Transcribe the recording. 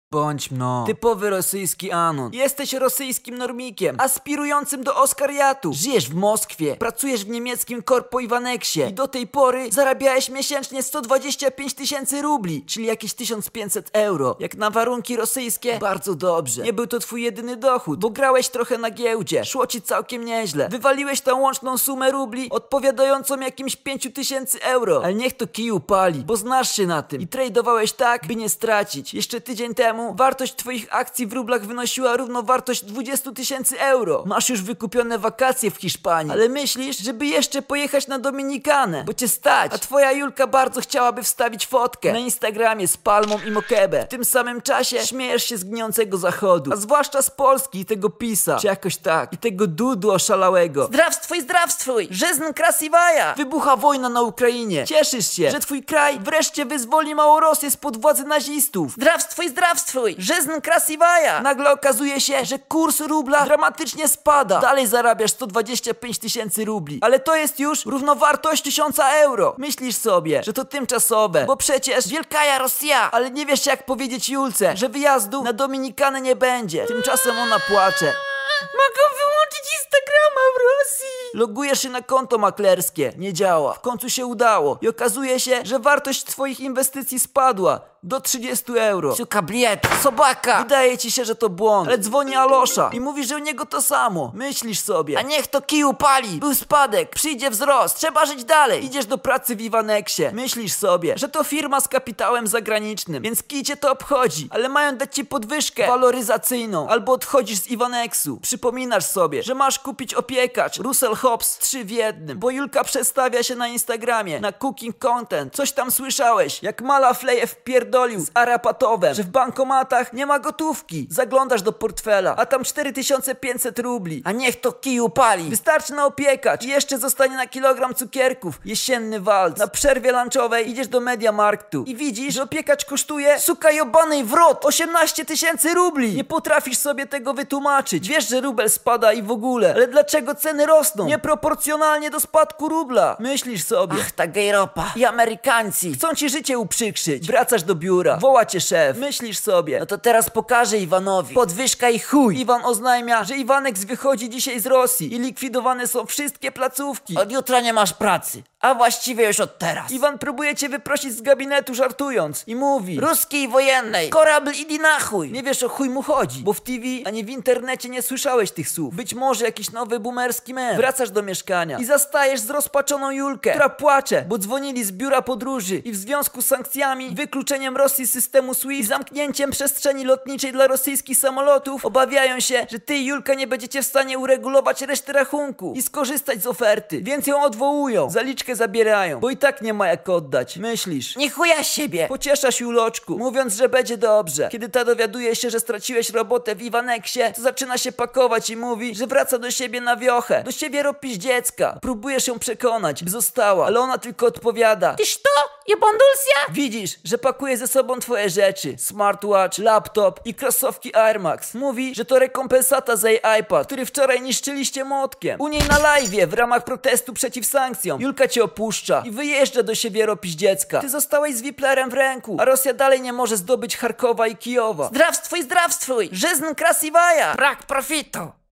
Bądź mną. Typowy rosyjski anon. Jesteś rosyjskim normikiem, aspirującym do Oscariatu. Żyjesz w Moskwie, pracujesz w niemieckim korpo Iwaneksie i do tej pory zarabiałeś miesięcznie 125 000 rubli, czyli jakieś 1500 euro. Jak na warunki rosyjskie, bardzo dobrze. Nie był to twój jedyny dochód, bo grałeś trochę na giełdzie. Szło ci całkiem nieźle. Wywaliłeś tą łączną sumę rubli odpowiadającą jakimś 5000 euro. Ale niech to kiju pali, bo znasz się na tym i tradowałeś tak, by nie stracić. Jeszcze tydzień temu wartość twoich akcji w rublach wynosiła równowartość 20 000 euro. Masz już wykupione wakacje w Hiszpanii, ale myślisz, żeby jeszcze pojechać na Dominikanę, bo cię stać. A twoja Julka bardzo chciałaby wstawić fotkę na Instagramie z palmą i mokebę. W tym samym czasie śmiejesz się z gnijącego zachodu, a zwłaszcza z Polski i tego PiS-a, czy jakoś tak, i tego Dudu oszalałego. Zdrawstwuj, zdrawstwuj! Żyzn krasiwaja! Wybucha wojna na Ukrainie. Cieszysz się, że twój kraj wreszcie wyzwoli Małorosję spod władzy nazistów. Zdrawstwuj, zdrawstwuj! Żyzn krasiwaja! Nagle okazuje się, że kurs rubla dramatycznie spada. Dalej zarabiasz 125 000 rubli, ale to jest już równowartość 1000 euro. Myślisz sobie, że to tymczasowe, bo przecież wielkaja Rosja, ale nie wiesz jak powiedzieć Julce, że wyjazdu na Dominikanę nie będzie. Tymczasem ona płacze. Mogą wyłączyć Instagrama w Rosji. Logujesz się na konto maklerskie. Nie działa. W końcu się udało. I okazuje się, że wartość twoich inwestycji spadła do 30 euro. Suka bliet, sobaka. Wydaje ci się, że to błąd, ale dzwoni Alosza i mówi, że u niego to samo. Myślisz sobie, a niech to kiju pali. Był spadek, przyjdzie wzrost, trzeba żyć dalej. Idziesz do pracy w Iwaneksie. Myślisz sobie, że to firma z kapitałem zagranicznym, więc kij cię to obchodzi, ale mają dać ci podwyżkę waloryzacyjną, albo odchodzisz z Iwaneksu. Przypominasz sobie, że masz kupić opiekacz Russell Hobbs 3 w jednym, bo Julka przedstawia się na Instagramie, na cooking content. Coś tam słyszałeś, jak Mala Fleje wpierdolił z Arapatowem, że w bankomatach nie ma gotówki. Zaglądasz do portfela, a tam 4500 rubli. A niech to kiju pali. Wystarczy na opiekacz i jeszcze zostanie na kilogram cukierków. Jesienny walc. Na przerwie lunchowej idziesz do Mediamarktu i widzisz, że opiekacz kosztuje, suka jobanej wrot, 18 000 rubli. Nie potrafisz sobie tego wytłumaczyć. Wiesz, że rubel spada i w ogóle, ale dlaczego ceny rosną? Nieproporcjonalnie do spadku rubla. Myślisz sobie, ach, ta gejropa i Amerykanci chcą ci życie uprzykrzyć. Wracasz do biura, woła cię szef. Myślisz sobie, no to teraz pokażę Iwanowi. Podwyżka i chuj. Iwan oznajmia, że Iwanek wychodzi dzisiaj z Rosji i likwidowane są wszystkie placówki. Od jutra nie masz pracy. A właściwie już od teraz. Iwan próbuje cię wyprosić z gabinetu żartując i mówi: ruskiej wojennej, korabl idi na chuj. Nie wiesz o chuj mu chodzi, bo w TV ani w internecie nie słyszałeś tych słów. Być może jakiś nowy boomerski mem. Wracasz do mieszkania i zastajesz zrozpaczoną Julkę, która płacze, bo dzwonili z biura podróży i w związku z sankcjami, wykluczeniem Rosji z systemu SWIFT i zamknięciem przestrzeni lotniczej dla rosyjskich samolotów obawiają się, że ty i Julka nie będziecie w stanie uregulować reszty rachunku i skorzystać z oferty, więc ją odwołują. Zaliczkę zabierają, bo i tak nie ma jak oddać. Myślisz, nie chuja siebie. Pocieszasz Juloczku, mówiąc, że będzie dobrze. Kiedy ta dowiaduje się, że straciłeś robotę w Iwaneksie, to zaczyna się pakować i mówi, że wraca do siebie na wiochę. Do siebie ropisz dziecka. Próbujesz ją przekonać, by została, ale ona tylko odpowiada: tyż to? Jebandulsja? Widzisz, że pakuje ze sobą twoje rzeczy. Smartwatch, laptop i krosówki Air Max. Mówi, że to rekompensata za jej iPad, który wczoraj niszczyliście młotkiem. U niej na live'ie w ramach protestu przeciw sankcjom. Julka cię opuszcza i wyjeżdża do siebie ropić dziecka. Ty zostałeś z Wiplerem w ręku, a Rosja dalej nie może zdobyć Charkowa i Kijowa. Zdrawstwuj, zdrawstwuj! Żyzn krasiwaja! Brak profitu!